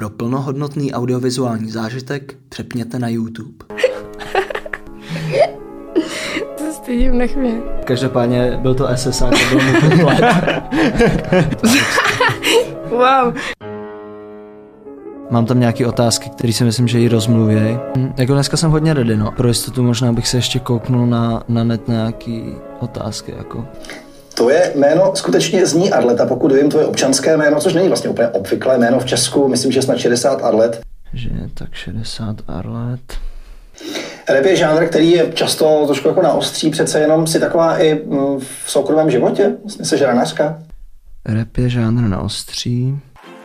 Pro plnohodnotný audiovizuální zážitek přepněte na YouTube. To stydím, nech mě. Každopádně byl to SSák, to byl mu komplet. Wow. Mám tam nějaké otázky, které si myslím, že jí rozmluvěj. Jako dneska jsem hodně ready, no. Pro jistotu možná bych se ještě kouknul na net nějaký otázky, jako. Tvoje jméno skutečně zní Arleta, pokud vím, tvoje občanské jméno, což není vlastně úplně obvyklé jméno v Česku, myslím, že snad 60 Arlet. Že tak 60 Arlet. Rap je žánr, který je často trošku jako naostří, přece jenom si taková i v soukromém životě, vlastně jsi ranařka. Rap je žánr naostří.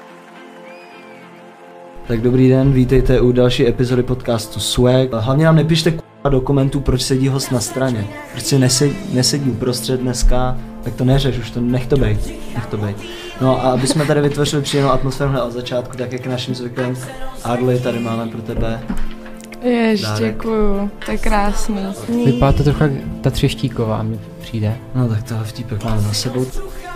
Tak dobrý den, vítejte u další epizody podcastu Swag. Hlavně nám nepište do komentů, proč sedí host na straně. Proč si nesedí uprostřed dneska, tak to neřeš, už to nech to bejt. No a aby jsme tady vytvořili příjemnou atmosféru hned od začátku, tak jak naším zvykem, Arli, tady máme pro tebe. Jež, děkuju, to je krásný. Vypadá to trochu jak ta Třeštíková, mi přijde. No tak tohle vtípek máme za sebou.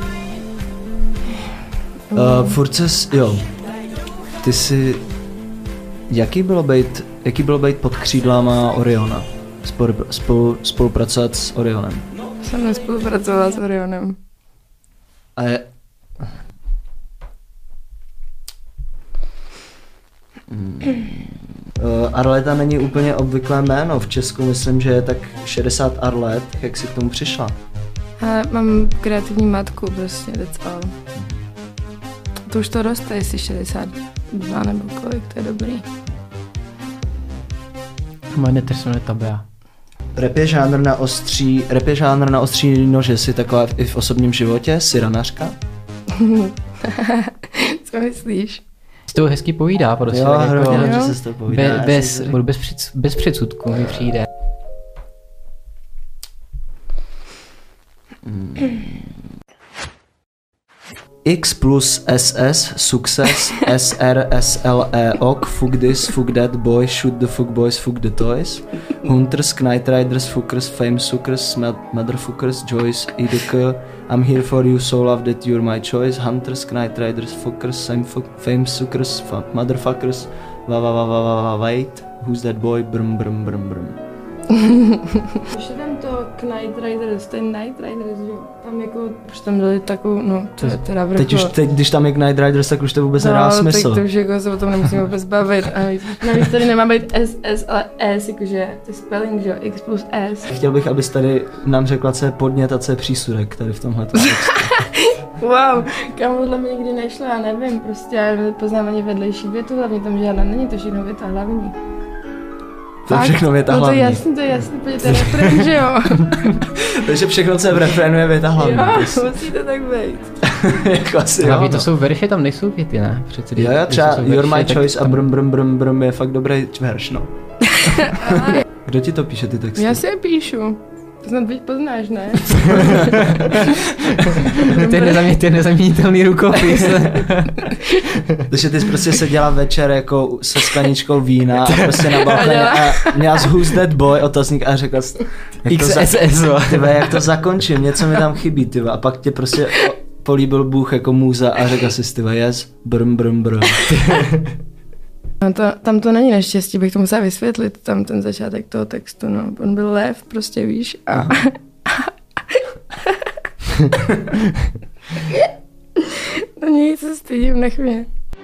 Furt ses, jo. Ty jsi, jaký bylo být pod křídlama Oriona? Spolupracovat s Orionem? Jsem nespolupracovala s Orionem. A je... Arleta není úplně obvyklé jméno. V Česku myslím, že je tak 60 Arlet. Jak jsi k tomu přišla? Mám kreativní matku, prostě, that's all. To už to roste, jestli 62 nebo kolik, to je dobrý. Moje netrsuné Tabea. Rap je žánr na ostří nože, jsi taková i v osobním životě? Jsi ranařka? Co myslíš? Si to hezky povídá, prostě. Jo, jako, že se to povídá. Bez předsudku mi přijde. X plus SS, success, SR, SLE, ok, fuck this, fuck that, boy, shoot the fuck boys, fuck the toys, Hunters, Knight Riders, fuckers, fame suckers, motherfuckers, Joyce, IDK, I'm here for you, so love that you're my choice, Hunters, Knight Riders, fuckers, fame suckers, motherfuckers, wait, who's that boy, brum brum brum brum. Už je tam to Knight Riders, ten Knight Riders, jo, tam jako, už tam dali takovou, no, to je teda vrchol. Teď, když tam je Knight Riders, tak už to vůbec nedá smysl. No, tak to už jako se o tom nemusíme vůbec bavit. A navíc tady nemá být SS, ale S, jakože, to je spelling, že jo, X plus S. Chtěl bych, abys tady nám řekla, co je podnět a co je přísudek tady v tomhle textu. Wow, kam tohle mi nikdy nešlo, já nevím, prostě já nepoznám ani vedlejší větu, hlavně tam žádná není, to všechno věta hlavní. To je všechno věta hlavní. No to je jasný, pojďte refrén, že jo? Takže všechno, co je v refrénu, je věta hlavní. Jo, musí to tak být. Jako asi jo, no. To jsou verše, tam nejsou věty, ne? Přece, jo, třeba You're my choice a brum brum brum brum je fakt dobrý verš, no. Kdo ti to píše, ty texty? Já si je píšu. To snad být poznáš, ne? To je nezaměnitelný rukopis. Takže ty jsi prostě seděla večer jako se skleničkou vína a prostě na balkoně a měla Who's that boy otazník a řekla jak to zakončím, něco mi tam chybí, tyva. A pak tě prostě políbil Bůh jako můza a řekla si, tyva, yes, brum brum brum. No tam to není neštěstí, bych to musela vysvětlit, tam ten začátek toho textu, no. On byl lev, prostě víš, a... No nic, se stydím, nech mě.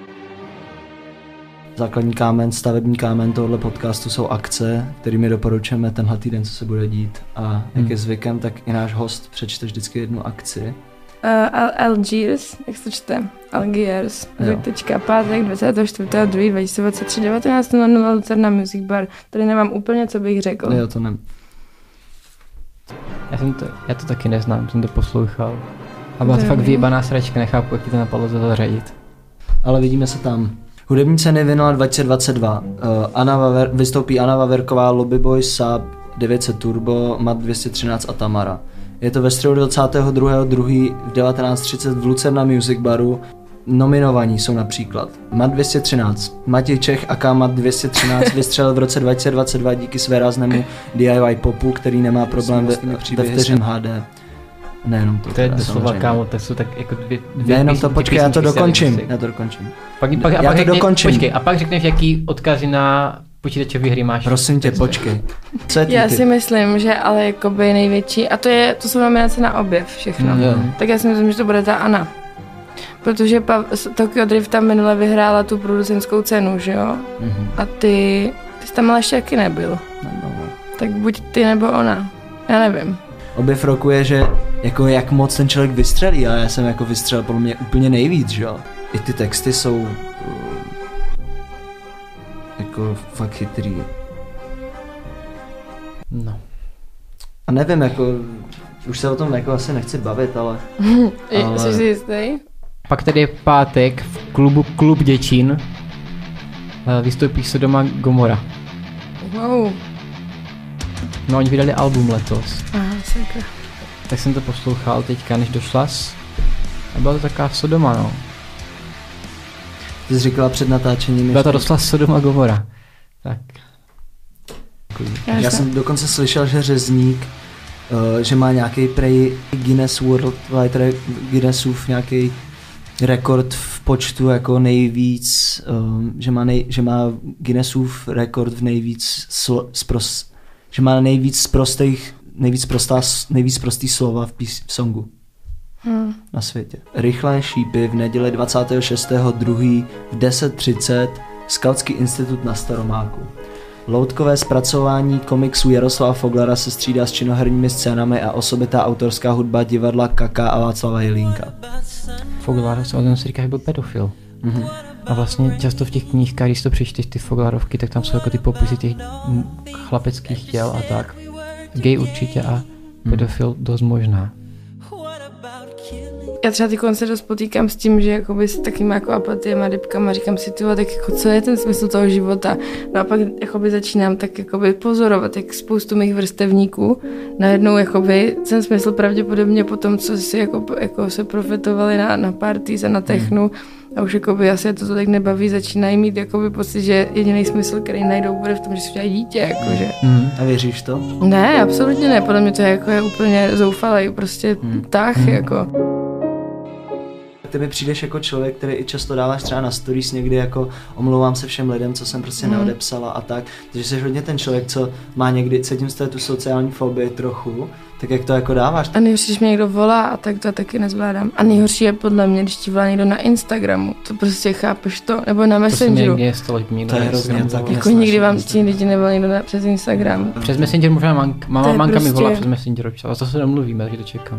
Základní kámen, stavební kámen tohoto podcastu jsou akce, kterými doporučujeme tenhle týden, co se bude dít. A jak je zvykem, tak i náš host přečte vždycky jednu akci. Algiers, jak se to čte? Algiers, pátek 24.2.2023, 19.00 Lucerna Music Bar. Tady nemám úplně, co bych řekl. Jo, to ne. Já to taky neznám, jsem to poslouchal. A byla to fakt vyjebaná sračka, nechápu, jak ti to napadlo to zařadit. Ale vidíme se tam. Hudební ceny Vinyl 2022. Vystoupí Anna Vaverková, Lobby Boys, Saab 900 Turbo, Mat 213 a Tamara. Je to ve středu 22.2. v 19:30 v Lucerna Music Baru. Nominovaní jsou například Mat 213. Matěj Čech aka Mat 213 vystřelil v roce 2022 díky své ráznému DIY popu, který nemá problém ve vteřin HD. Nejenom to. To je doslova, kámo, to jsou tak jako dvě nejenom to, počkej, já to dokončím. A pak řekneš, jaký odkazy na počítačové hry máš. Prosím tě, počkej. Já si myslím, že ale jakoby největší, a to jsou nominace na objev všechno. Tak já si myslím, že to bude ta Anna. Protože Tokyo Drift tam minule vyhrála tu producentskou cenu, že jo? A ty jsi tam ale ještě taky nebyl. Tak buď ty nebo ona. Já nevím. Objev roku je, že jako jak moc ten člověk vystřelí, a já jsem jako vystřelil podle mě úplně nejvíc, že jo? I ty texty jsou jako fakt chytrý. No. A nevím, jako už se o tom jako asi nechci bavit, ale... Jsi si jistý? Pak tady je pátek v klubu Klub Děčín. Vystoupí Sodoma Gomora. Wow. No, oni vydali album letos. Aha, sakra. Tak jsem to poslouchal teďka, než došlas. A byla to taková Sodoma, no. Ty jsi říkala před natáčením... Byla to doslova Sodoma Gomora. Tak. Já jsem dokonce slyšel, že Řezník, že má nějaký prej Guinness World Guinnessův nějaký rekord v počtu jako nejvíc, že má Guinnessův rekord v nejvíc že má nejvíc prostý slova v songu na světě. Rychlé šípy v neděli 26.2. v 10:30 Skautský institut na Staromáku. Loutkové zpracování komiksu Jaroslava Foglara se střídá s činoherními scénami a osobitá autorská hudba divadla Kaka a Václava Jelínka. Foglar se o tom si říká, že byl pedofil. A vlastně často v těch knížkách, když to přečteš ty Foglarovky, tak tam jsou jako ty popisy těch chlapeckých těl a tak. Gay určitě a pedofil dost možná. Já třeba ty konce dost potýkám s tím, že jakoby s takýma jako apatiema, dybkama, říkám si, tyhle, tak jako co je ten smysl toho života? No a pak jakoby začínám tak jakoby pozorovat, jak spoustu mých vrstevníků najednou jakoby ten smysl pravděpodobně po tom, co si jako se profetovali na parties a na technu a už jakoby asi to tak nebaví, začínají mít jakoby pocit, že jediný smysl, který najdou, bude v tom, že si udělají dítě, jakože. A věříš to? Ne, absolutně ne, podle mě to je úplně zoufalej, prostě tah, jako. Ty mi přijdeš jako člověk, který i často dáváš třeba na stories někdy jako omlouvám se všem lidem, co jsem prostě neodepsala a tak. Takže jsi hodně ten člověk, co má někdy, cítím z té tu sociální fobii trochu, tak jak to jako dáváš? A nejhorší, když mě někdo volá a tak to taky nezvládám. A nejhorší je podle mě, když ti volá někdo na Instagramu, to prostě chápeš to, nebo na Messengeru. To je hrozně tak. Jako nikdy vám ti lidi nevolá někdo přes Instagram. Přes Messenger možná manka prostě... mi volá přes Messenger občas, a to se domluvíme, takže to čekám.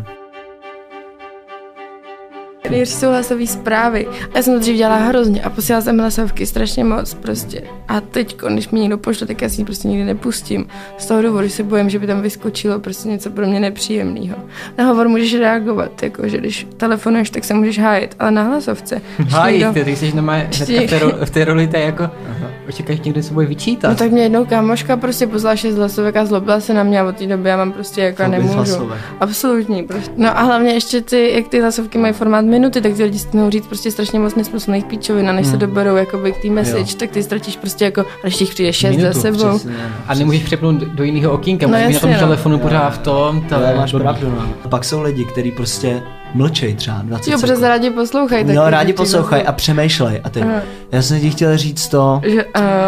Nejhorší jsou hlasové zprávy. Já jsem to dřív dělala hrozně a posílala jsem hlasovky strašně moc prostě. A teď, když mi někdo pošle, tak já si ji prostě nikdy nepustím. Z toho důvodu se bojím, že by tam vyskočilo prostě něco pro mě nepříjemného. Na hovor můžeš reagovat, jako že když telefonuješ, tak se můžeš hájit, ale na hlasovce. Hájit, ty jsi v té roli, to je jako očekáš, někdo se bude vyčítat. No tak mě jednou kámoška prostě poslala 6 hlasovek a zlobila se na mě a od té doby já mám prostě jako nemůžu. Absolutní prostě. No a hlavně ještě jak ty hlasovky mají formát minuty, tak ty lidi stihnou říct prostě strašně moc nesmyslných píčovin a než se doberou jakoby k té message, tak ty ztratíš prostě jako, až těch přijde 6 za sebou. Přesně, a nemůžeš přepnout do jiného okýnka, musíš na tom telefonu pořád v tom. Máš pravdu, no. Pak jsou lidi, kteří prostě mlčej třeba 20 sekund. Jo, protože rádi poslouchají. No, rádi poslouchají a přemýšlej. A ty, já jsem ti chtěl říct to, že,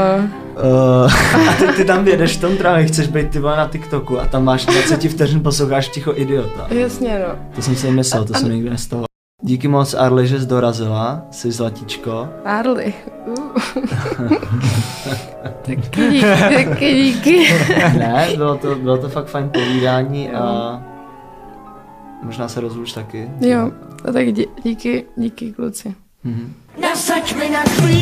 a ty tam vědeš v tom trámě, chceš být ty na TikToku a tam máš 20 vteřin posloucháš ticho idiota. Jasně, no. To jsem si myslel, to jsem nikdy nestalo. Díky moc, Arli, že jsi dorazila, jsi zlatíčko. Arli. Taky díky. Ne, bylo to fakt fajn povídání a možná se rozluč taky. Jo, tak díky kluci. Mm-hmm.